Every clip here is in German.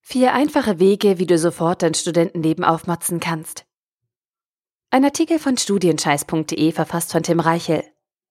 4 einfache Wege, wie du sofort dein Studentenleben aufmotzen kannst. Ein Artikel von studienscheiß.de, verfasst von Tim Reichel.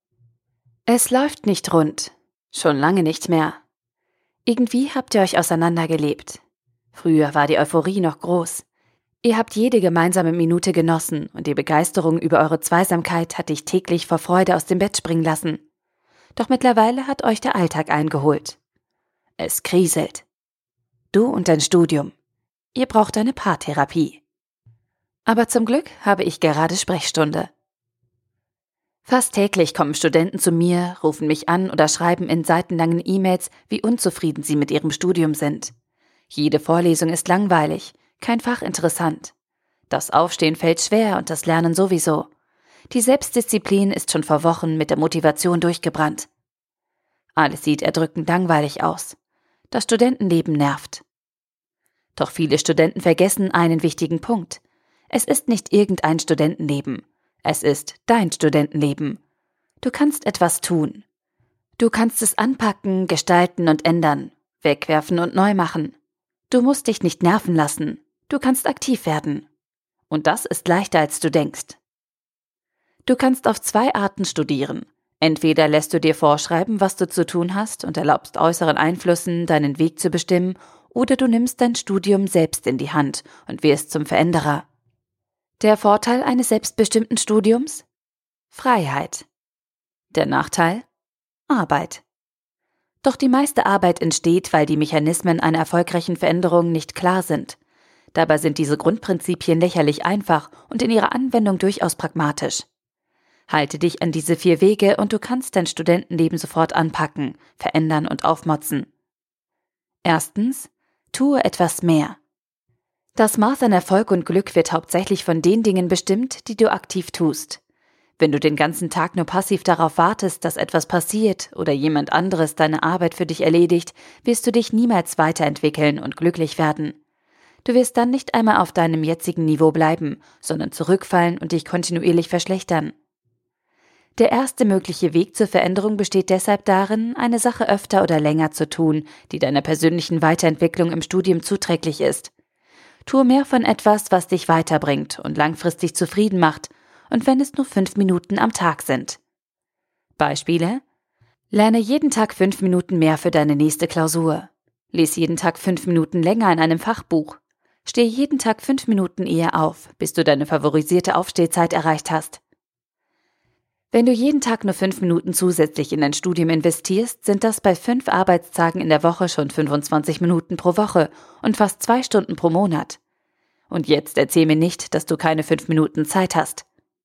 Es läuft nicht rund. Schon lange nicht mehr. Irgendwie habt ihr euch auseinandergelebt. Früher war die Euphorie noch groß. Ihr habt jede gemeinsame Minute genossen und die Begeisterung über eure Zweisamkeit hat dich täglich vor Freude aus dem Bett springen lassen. Doch mittlerweile hat euch der Alltag eingeholt. Es kriselt. Du und dein Studium. Ihr braucht eine Paartherapie. Aber zum Glück habe ich gerade Sprechstunde. Fast täglich kommen Studenten zu mir, rufen mich an oder schreiben in seitenlangen E-Mails, wie unzufrieden sie mit ihrem Studium sind. Jede Vorlesung ist langweilig, kein Fach interessant. Das Aufstehen fällt schwer und das Lernen sowieso. Die Selbstdisziplin ist schon vor Wochen mit der Motivation durchgebrannt. Alles sieht erdrückend langweilig aus. Das Studentenleben nervt. Doch viele Studenten vergessen einen wichtigen Punkt. Es ist nicht irgendein Studentenleben. Es ist dein Studentenleben. Du kannst etwas tun. Du kannst es anpacken, gestalten und ändern, wegwerfen und neu machen. Du musst dich nicht nerven lassen. Du kannst aktiv werden. Und das ist leichter, als du denkst. Du kannst auf 2 Arten studieren. Entweder lässt du dir vorschreiben, was du zu tun hast und erlaubst äußeren Einflüssen, deinen Weg zu bestimmen, oder du nimmst dein Studium selbst in die Hand und wirst zum Veränderer. Der Vorteil eines selbstbestimmten Studiums? Freiheit. Der Nachteil? Arbeit. Doch die meiste Arbeit entsteht, weil die Mechanismen einer erfolgreichen Veränderung nicht klar sind. Dabei sind diese Grundprinzipien lächerlich einfach und in ihrer Anwendung durchaus pragmatisch. Halte dich an diese 4 Wege und du kannst dein Studentenleben sofort anpacken, verändern und aufmotzen. Erstens, tue etwas mehr. Das Maß an Erfolg und Glück wird hauptsächlich von den Dingen bestimmt, die du aktiv tust. Wenn du den ganzen Tag nur passiv darauf wartest, dass etwas passiert oder jemand anderes deine Arbeit für dich erledigt, wirst du dich niemals weiterentwickeln und glücklich werden. Du wirst dann nicht einmal auf deinem jetzigen Niveau bleiben, sondern zurückfallen und dich kontinuierlich verschlechtern. Der erste mögliche Weg zur Veränderung besteht deshalb darin, eine Sache öfter oder länger zu tun, die deiner persönlichen Weiterentwicklung im Studium zuträglich ist. Tue mehr von etwas, was dich weiterbringt und langfristig zufrieden macht, und wenn es nur 5 Minuten am Tag sind. Beispiele: Lerne jeden Tag 5 Minuten mehr für deine nächste Klausur. Lies jeden Tag 5 Minuten länger in einem Fachbuch. Stehe jeden Tag 5 Minuten eher auf, bis du deine favorisierte Aufstehzeit erreicht hast. Wenn du jeden Tag nur 5 Minuten zusätzlich in dein Studium investierst, sind das bei 5 Arbeitstagen in der Woche schon 25 Minuten pro Woche und fast 2 Stunden pro Monat. Und jetzt erzähl mir nicht, dass du keine 5 Minuten Zeit hast.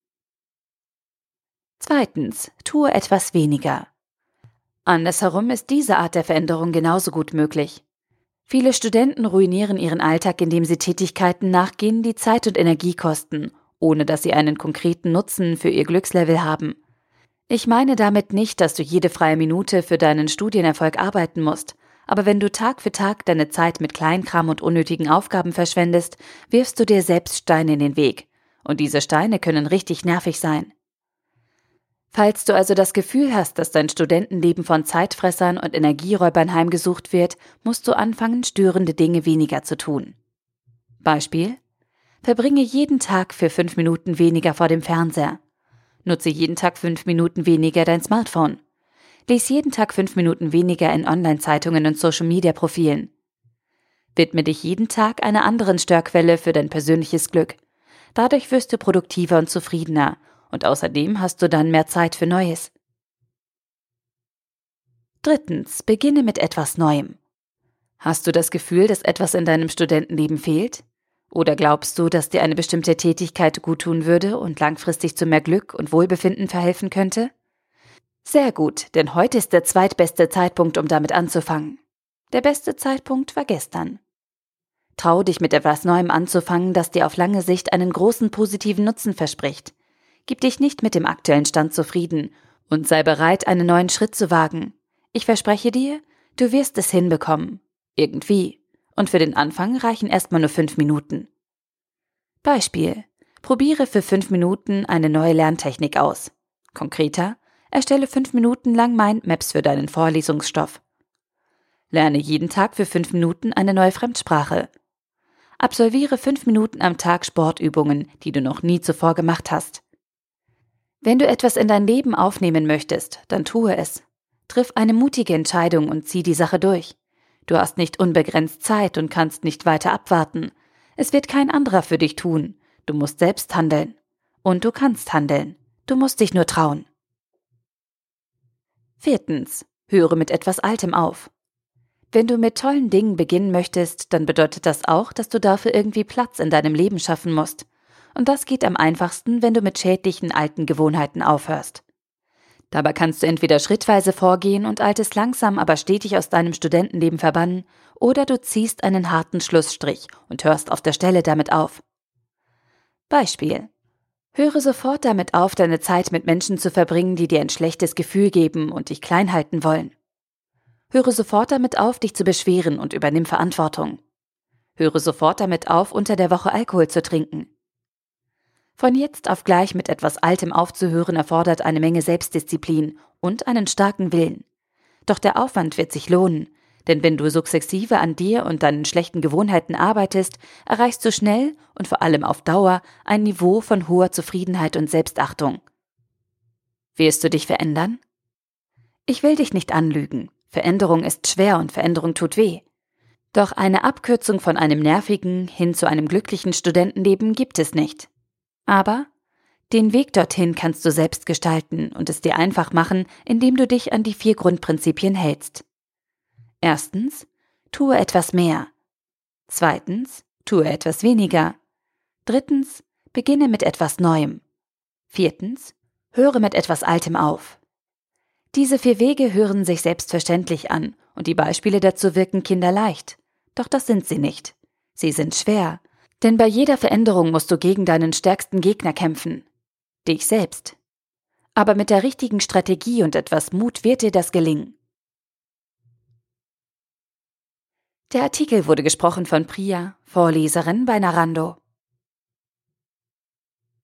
Zweitens, tue etwas weniger. Andersherum ist diese Art der Veränderung genauso gut möglich. Viele Studenten ruinieren ihren Alltag, indem sie Tätigkeiten nachgehen, die Zeit und Energie kosten, ohne dass sie einen konkreten Nutzen für ihr Glückslevel haben. Ich meine damit nicht, dass du jede freie Minute für deinen Studienerfolg arbeiten musst, aber wenn du Tag für Tag deine Zeit mit Kleinkram und unnötigen Aufgaben verschwendest, wirfst du dir selbst Steine in den Weg. Und diese Steine können richtig nervig sein. Falls du also das Gefühl hast, dass dein Studentenleben von Zeitfressern und Energieräubern heimgesucht wird, musst du anfangen, störende Dinge weniger zu tun. Beispiel: Verbringe jeden Tag für 5 Minuten weniger vor dem Fernseher. Nutze jeden Tag 5 Minuten weniger dein Smartphone. Lies jeden Tag 5 Minuten weniger in Online-Zeitungen und Social-Media-Profilen. Widme dich jeden Tag einer anderen Störquelle für dein persönliches Glück. Dadurch wirst du produktiver und zufriedener und außerdem hast du dann mehr Zeit für Neues. Drittens, beginne mit etwas Neuem. Hast du das Gefühl, dass etwas in deinem Studentenleben fehlt? Oder glaubst du, dass dir eine bestimmte Tätigkeit guttun würde und langfristig zu mehr Glück und Wohlbefinden verhelfen könnte? Sehr gut, denn heute ist der zweitbeste Zeitpunkt, um damit anzufangen. Der beste Zeitpunkt war gestern. Trau dich mit etwas Neuem anzufangen, das dir auf lange Sicht einen großen positiven Nutzen verspricht. Gib dich nicht mit dem aktuellen Stand zufrieden und sei bereit, einen neuen Schritt zu wagen. Ich verspreche dir, du wirst es hinbekommen. Irgendwie. Und für den Anfang reichen erstmal nur 5 Minuten. Beispiel: Probiere für 5 Minuten eine neue Lerntechnik aus. Konkreter: Erstelle 5 Minuten lang Mindmaps für deinen Vorlesungsstoff. Lerne jeden Tag für 5 Minuten eine neue Fremdsprache. Absolviere 5 Minuten am Tag Sportübungen, die du noch nie zuvor gemacht hast. Wenn du etwas in dein Leben aufnehmen möchtest, dann tue es. Triff eine mutige Entscheidung und zieh die Sache durch. Du hast nicht unbegrenzt Zeit und kannst nicht weiter abwarten. Es wird kein anderer für dich tun. Du musst selbst handeln. Und du kannst handeln. Du musst dich nur trauen. 4. Höre mit etwas Altem auf. Wenn du mit tollen Dingen beginnen möchtest, dann bedeutet das auch, dass du dafür irgendwie Platz in deinem Leben schaffen musst. Und das geht am einfachsten, wenn du mit schädlichen alten Gewohnheiten aufhörst. Dabei kannst du entweder schrittweise vorgehen und Altes langsam, aber stetig aus deinem Studentenleben verbannen, oder du ziehst einen harten Schlussstrich und hörst auf der Stelle damit auf. Beispiel: Höre sofort damit auf, deine Zeit mit Menschen zu verbringen, die dir ein schlechtes Gefühl geben und dich klein halten wollen. Höre sofort damit auf, dich zu beschweren und übernimm Verantwortung. Höre sofort damit auf, unter der Woche Alkohol zu trinken. Von jetzt auf gleich mit etwas Altem aufzuhören, erfordert eine Menge Selbstdisziplin und einen starken Willen. Doch der Aufwand wird sich lohnen, denn wenn du sukzessive an dir und deinen schlechten Gewohnheiten arbeitest, erreichst du schnell und vor allem auf Dauer ein Niveau von hoher Zufriedenheit und Selbstachtung. Willst du dich verändern? Ich will dich nicht anlügen. Veränderung ist schwer und Veränderung tut weh. Doch eine Abkürzung von einem nervigen hin zu einem glücklichen Studentenleben gibt es nicht. Aber den Weg dorthin kannst du selbst gestalten und es dir einfach machen, indem du dich an die 4 Grundprinzipien hältst. 1. Tue etwas mehr. 2. Tue etwas weniger. 3. Beginne mit etwas Neuem. 4. Höre mit etwas Altem auf. Diese 4 Wege hören sich selbstverständlich an und die Beispiele dazu wirken kinderleicht. Doch das sind sie nicht. Sie sind schwer, denn bei jeder Veränderung musst du gegen deinen stärksten Gegner kämpfen. Dich selbst. Aber mit der richtigen Strategie und etwas Mut wird dir das gelingen. Der Artikel wurde gesprochen von Priya, Vorleserin bei Narando.